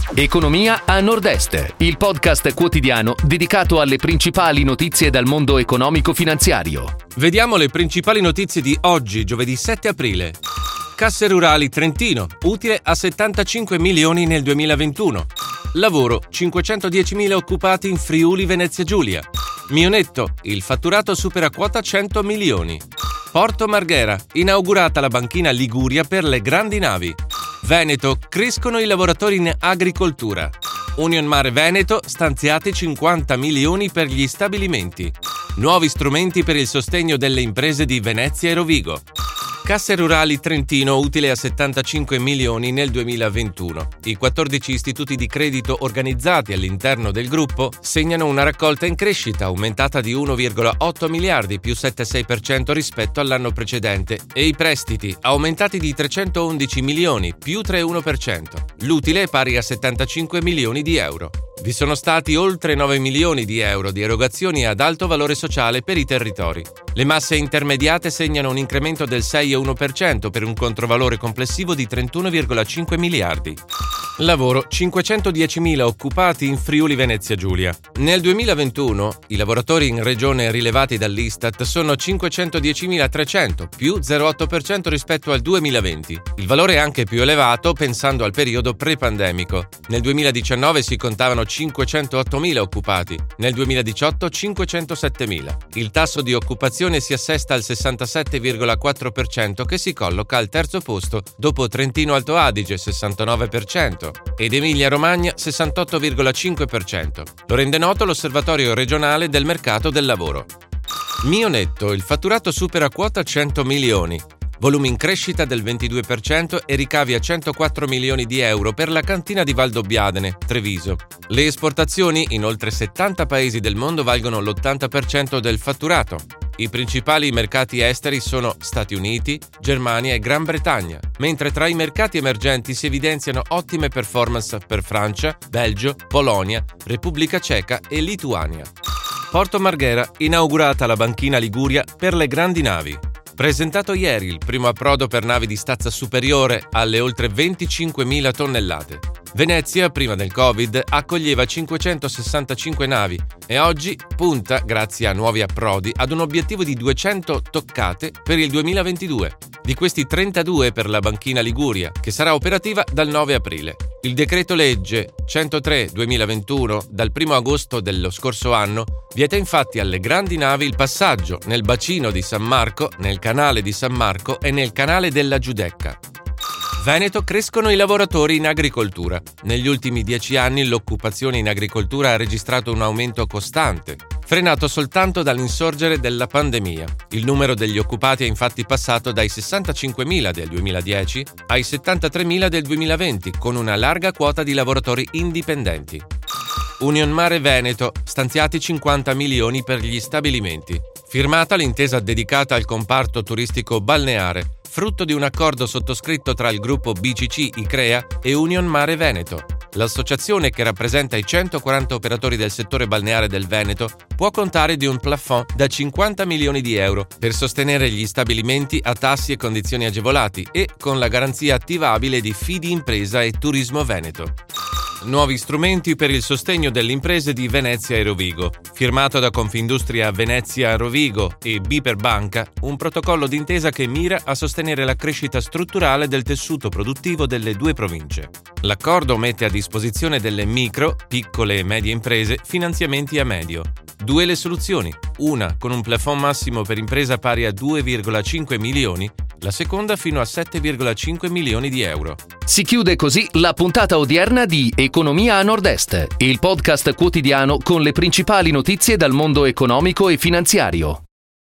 Economia a Nord-Est, il podcast quotidiano dedicato alle principali notizie dal mondo economico-finanziario. Vediamo le principali notizie di oggi, giovedì 7 aprile. Casse Rurali Trentino, utile a 75 milioni nel 2021. Lavoro, 510.000 occupati in Friuli Venezia Giulia. Mionetto, il fatturato supera quota 100 milioni. Porto Marghera, inaugurata la banchina Liguria per le grandi navi. Veneto, crescono i lavoratori in agricoltura. Union Mare Veneto, stanziati 50 milioni per gli stabilimenti. Nuovi strumenti per il sostegno delle imprese di Venezia e Rovigo. Casse Rurali Trentino, utile a 75 milioni nel 2021. I 14 istituti di credito organizzati all'interno del gruppo segnano una raccolta in crescita aumentata di 1,8 miliardi più 7,6% rispetto all'anno precedente e i prestiti aumentati di 311 milioni più 3,1%. L'utile è pari a 75 milioni di euro. Vi sono stati oltre 9 milioni di euro di erogazioni ad alto valore sociale per i territori. Le masse intermediate segnano un incremento del 6,1% per un controvalore complessivo di 31,5 miliardi. Lavoro, 510.000 occupati in Friuli Venezia Giulia. Nel 2021 i lavoratori in regione rilevati dall'Istat sono 510.300, più 0,8% rispetto al 2020. Il valore è anche più elevato pensando al periodo pre-pandemico. Nel 2019 si contavano 508.000 occupati, nel 2018 507.000. Il tasso di occupazione si assesta al 67,4% che si colloca al terzo posto dopo Trentino Alto Adige 69% ed Emilia Romagna 68,5%. Lo rende noto l'Osservatorio regionale del mercato del lavoro. Mionetto, il fatturato supera quota 100 milioni. Volumi in crescita del 22% e ricavi a 104 milioni di euro per la cantina di Valdobbiadene, Treviso. Le esportazioni in oltre 70 paesi del mondo valgono l'80% del fatturato. I principali mercati esteri sono Stati Uniti, Germania e Gran Bretagna, mentre tra i mercati emergenti si evidenziano ottime performance per Francia, Belgio, Polonia, Repubblica Ceca e Lituania. Porto Marghera, inaugurata la banchina Liguria per le grandi navi. Presentato ieri il primo approdo per navi di stazza superiore alle oltre 25.000 tonnellate. Venezia, prima del Covid, accoglieva 565 navi e oggi punta, grazie a nuovi approdi, ad un obiettivo di 200 toccate per il 2022. Di questi 32 per la banchina Liguria, che sarà operativa dal 9 aprile. Il decreto legge 103/2021, dal 1 agosto dello scorso anno, vieta infatti alle grandi navi il passaggio nel bacino di San Marco, nel canale di San Marco e nel canale della Giudecca. Veneto, crescono i lavoratori in agricoltura. Negli ultimi 10 anni l'occupazione in agricoltura ha registrato un aumento costante, frenato soltanto dall'insorgere della pandemia. Il numero degli occupati è infatti passato dai 65.000 del 2010 ai 73.000 del 2020, con una larga quota di lavoratori indipendenti. Union Mare Veneto, stanziati 50 milioni per gli stabilimenti. Firmata l'intesa dedicata al comparto turistico balneare, frutto di un accordo sottoscritto tra il gruppo BCC Icrea e Union Mare Veneto. L'associazione, che rappresenta i 140 operatori del settore balneare del Veneto, può contare di un plafond da 50 milioni di euro per sostenere gli stabilimenti a tassi e condizioni agevolati e con la garanzia attivabile di Fidi Impresa e Turismo Veneto. Nuovi strumenti per il sostegno delle imprese di Venezia e Rovigo. Firmato da Confindustria Venezia Rovigo e Biper Banca, un protocollo d'intesa che mira a sostenere la crescita strutturale del tessuto produttivo delle due province. L'accordo mette a disposizione delle micro, piccole e medie imprese finanziamenti a medio. 2 le soluzioni, una con un plafond massimo per impresa pari a 2,5 milioni, la seconda fino a 7,5 milioni di euro. Si chiude così la puntata odierna di Economia a Nord-Est, il podcast quotidiano con le principali notizie dal mondo economico e finanziario.